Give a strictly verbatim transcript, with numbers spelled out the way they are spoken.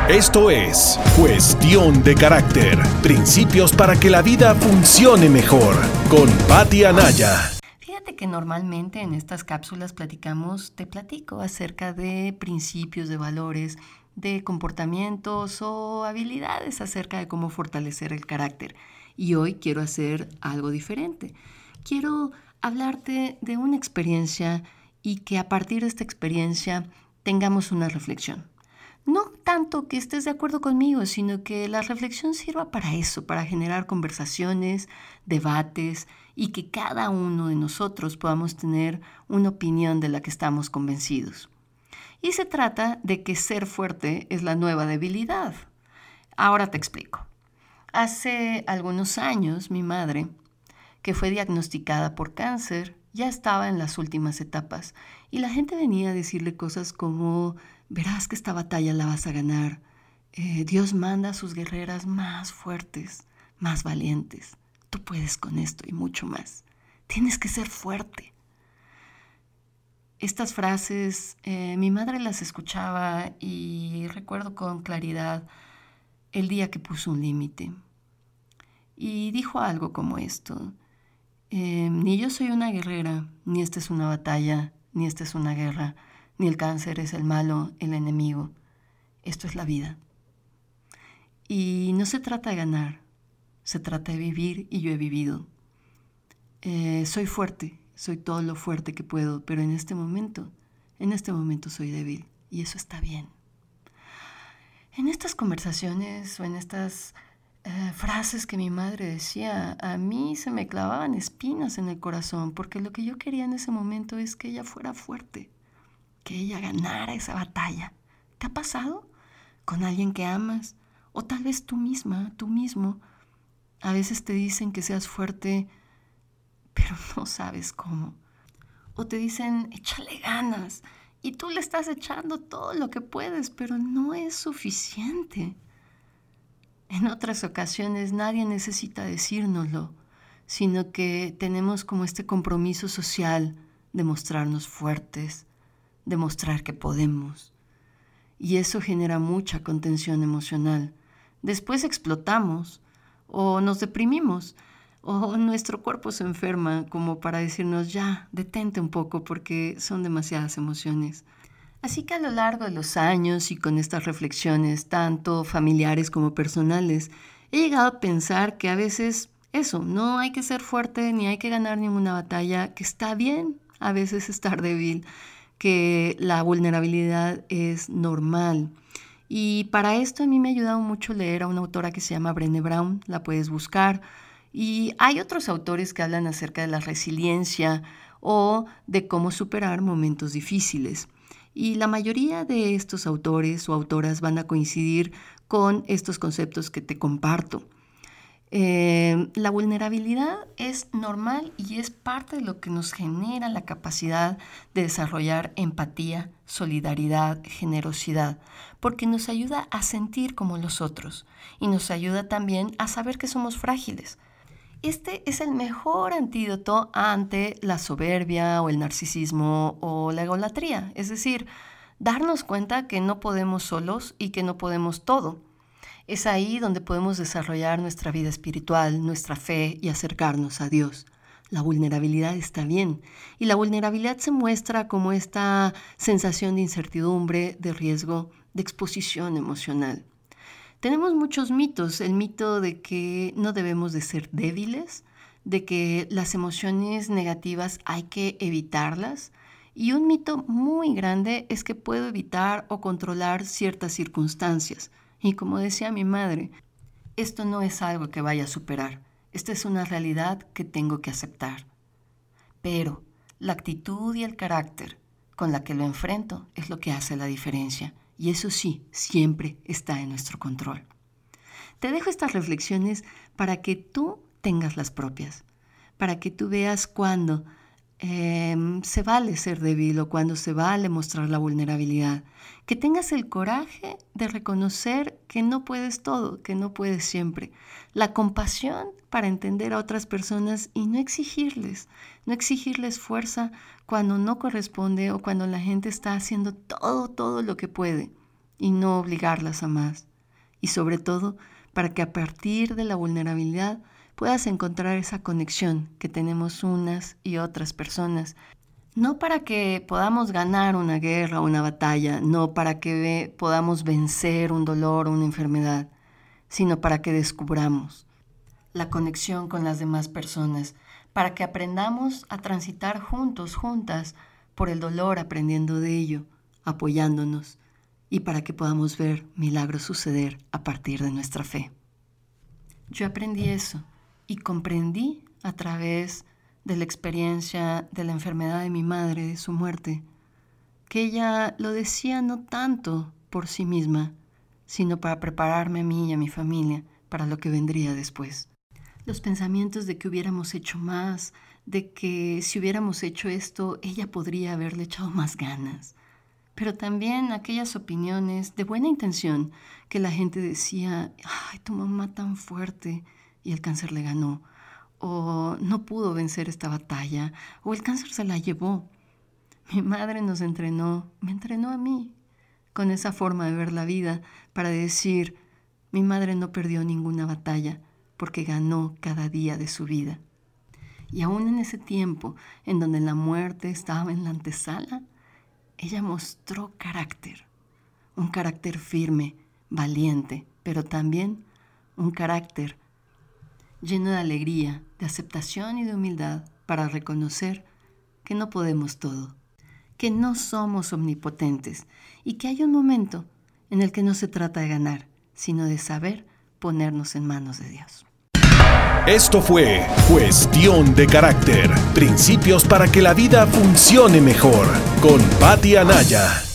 Esto es Cuestión de Carácter. Principios para que la vida funcione mejor. Con Patti Anaya. Fíjate que normalmente en estas cápsulas platicamos, te platico acerca de principios, de valores, de comportamientos o habilidades acerca de cómo fortalecer el carácter. Y hoy quiero hacer algo diferente. Quiero hablarte de una experiencia y que a partir de esta experiencia tengamos una reflexión. No tanto que estés de acuerdo conmigo, sino que la reflexión sirva para eso, para generar conversaciones, debates y que cada uno de nosotros podamos tener una opinión de la que estamos convencidos. Y se trata de que ser fuerte es la nueva debilidad. Ahora te explico. Hace algunos años mi madre, que fue diagnosticada por cáncer, ya estaba en las últimas etapas y la gente venía a decirle cosas como: verás que esta batalla la vas a ganar. Eh, Dios manda a sus guerreras más fuertes, más valientes. Tú puedes con esto y mucho más. Tienes que ser fuerte. Estas frases, eh, mi madre las escuchaba y recuerdo con claridad el día que puso un límite. Y dijo algo como esto: eh, ni yo soy una guerrera, ni esta es una batalla, ni esta es una guerra. Ni el cáncer es el malo, el enemigo. Esto es la vida. Y no se trata de ganar, se trata de vivir y yo he vivido. Eh, soy fuerte, soy todo lo fuerte que puedo, pero en este momento, en este momento soy débil y eso está bien. En estas conversaciones o en estas eh, frases que mi madre decía, a mí se me clavaban espinas en el corazón porque lo que yo quería en ese momento es que ella fuera fuerte, que ella ganara esa batalla. ¿Te ha pasado con alguien que amas? O tal vez tú misma, tú mismo. A veces te dicen que seas fuerte, pero no sabes cómo. O te dicen, échale ganas. Y tú le estás echando todo lo que puedes, pero no es suficiente. En otras ocasiones nadie necesita decírnoslo, sino que tenemos como este compromiso social de mostrarnos fuertes, demostrar que podemos. Y eso genera mucha contención emocional. Después explotamos o nos deprimimos o nuestro cuerpo se enferma como para decirnos ya, detente un poco porque son demasiadas emociones. Así que a lo largo de los años y con estas reflexiones, tanto familiares como personales, he llegado a pensar que a veces eso, no hay que ser fuerte ni hay que ganar ninguna batalla, que está bien a veces estar débil, que la vulnerabilidad es normal. Y para esto a mí me ha ayudado mucho leer a una autora que se llama Brené Brown, la puedes buscar. Y hay otros autores que hablan acerca de la resiliencia o de cómo superar momentos difíciles. Y la mayoría de estos autores o autoras van a coincidir con estos conceptos que te comparto. Eh, la vulnerabilidad es normal y es parte de lo que nos genera la capacidad de desarrollar empatía, solidaridad, generosidad, porque nos ayuda a sentir como los otros y nos ayuda también a saber que somos frágiles. Este es el mejor antídoto ante la soberbia o el narcisismo o la egolatría, es decir, darnos cuenta que no podemos solos y que no podemos todo. Es ahí donde podemos desarrollar nuestra vida espiritual, nuestra fe y acercarnos a Dios. La vulnerabilidad está bien y la vulnerabilidad se muestra como esta sensación de incertidumbre, de riesgo, de exposición emocional. Tenemos muchos mitos, el mito de que no debemos de ser débiles, de que las emociones negativas hay que evitarlas y un mito muy grande es que puedo evitar o controlar ciertas circunstancias. Y como decía mi madre, esto no es algo que vaya a superar, esta es una realidad que tengo que aceptar. Pero la actitud y el carácter con la que lo enfrento es lo que hace la diferencia. Y eso sí, siempre está en nuestro control. Te dejo estas reflexiones para que tú tengas las propias, para que tú veas cuándo eh, se vale ser débil o cuándo se vale mostrar la vulnerabilidad. Que tengas el coraje de reconocer que no puedes todo, que no puedes siempre. La compasión para entender a otras personas y no exigirles, no exigirles fuerza cuando no corresponde o cuando la gente está haciendo todo, todo lo que puede. y no obligarlas a más. Y sobre todo, para que a partir de la vulnerabilidad puedas encontrar esa conexión que tenemos unas y otras personas. No para que podamos ganar una guerra o una batalla, no para que ve- podamos vencer un dolor o una enfermedad, sino para que descubramos la conexión con las demás personas, para que aprendamos a transitar juntos, juntas, por el dolor, aprendiendo de ello, apoyándonos, y para que podamos ver milagros suceder a partir de nuestra fe. Yo aprendí eso y comprendí a través de la experiencia de la enfermedad de mi madre, de su muerte, que ella lo decía no tanto por sí misma, sino para prepararme a mí y a mi familia para lo que vendría después. Los pensamientos de que hubiéramos hecho más, de que si hubiéramos hecho esto, ella podría haberle echado más ganas. Pero también aquellas opiniones de buena intención que la gente decía, ay, tu mamá tan fuerte y el cáncer le ganó, o no pudo vencer esta batalla, o el cáncer se la llevó. Mi madre nos entrenó, me entrenó a mí, con esa forma de ver la vida para decir, mi madre no perdió ninguna batalla porque ganó cada día de su vida. Y aún en ese tiempo en donde la muerte estaba en la antesala, ella mostró carácter, un carácter firme, valiente, pero también un carácter lleno de alegría, de aceptación y de humildad para reconocer que no podemos todo, que no somos omnipotentes y que hay un momento en el que no se trata de ganar, sino de saber ponernos en manos de Dios. Esto fue Cuestión de Carácter, principios para que la vida funcione mejor, con Patti Anaya.